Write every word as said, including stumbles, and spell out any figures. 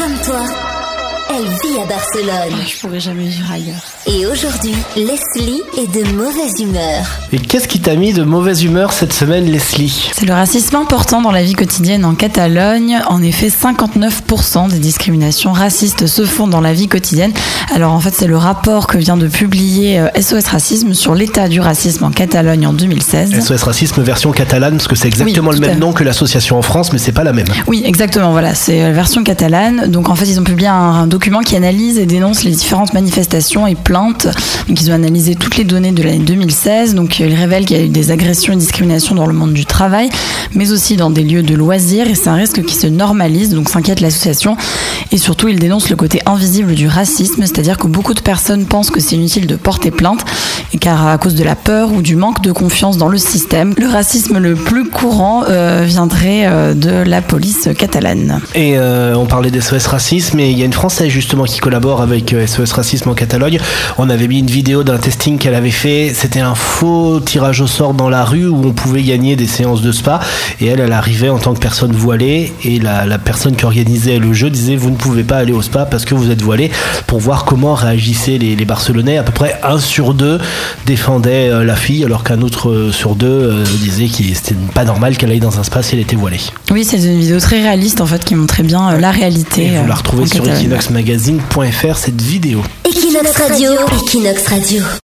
comme toi, elle vit à Barcelone. Oh, je pourrais jamais vivre ailleurs. Et aujourd'hui, Leslie est de mauvaise humeur. Et qu'est-ce qui t'a mis de mauvaise humeur cette semaine, Leslie ? C'est le racisme important dans la vie quotidienne en Catalogne. En effet, cinquante-neuf pour cent des discriminations racistes se font dans la vie quotidienne. Alors en fait, c'est le rapport que vient de publier S O S Racisme sur l'état du racisme en Catalogne en deux mille seize. S O S Racisme version catalane, parce que c'est exactement Oui, le même nom que l'association en France, mais c'est pas la même. Oui, exactement, voilà, c'est la version catalane. Donc en fait, ils ont publié un, un document qui analyse et dénonce les différentes manifestations et plaintes. Donc ils ont analysé toutes les données de l'année deux mille seize. Donc ils révèlent qu'il y a eu des agressions et discriminations dans le monde du travail, mais aussi dans des lieux de loisirs, et c'est un risque qui se normalise, donc s'inquiète l'association. Et surtout, ils dénoncent le côté invisible du racisme, c'est-à-dire que beaucoup de personnes pensent que c'est inutile de porter plainte, et car à cause de la peur ou du manque de confiance dans le système, le racisme le plus courant euh, viendrait euh, de la police catalane. Et euh, on parlait d'S O S Racisme, et il y a une Française justement qui collabore avec euh, S O S Racisme en Catalogne. On avait mis une vidéo d'un testing qu'elle avait fait, c'était un faux tirage au sort dans la rue où on pouvait gagner des séances de spa, et elle, elle arrivait en tant que personne voilée, et la, la personne qui organisait le jeu disait vous ne pouvez pas aller au spa parce que vous êtes voilée, pour voir comment réagissaient les, les Barcelonais. À peu près un sur deux défendait euh, la fille, alors qu'un autre euh, sur deux euh, disait que c'était pas normal qu'elle aille dans un spa si elle était voilée. Oui, c'est une vidéo très réaliste en fait qui montrait bien euh, la réalité. Et vous la retrouvez euh, sur equinox magazine point f r cette vidéo. Equinox Radio, Equinox Radio.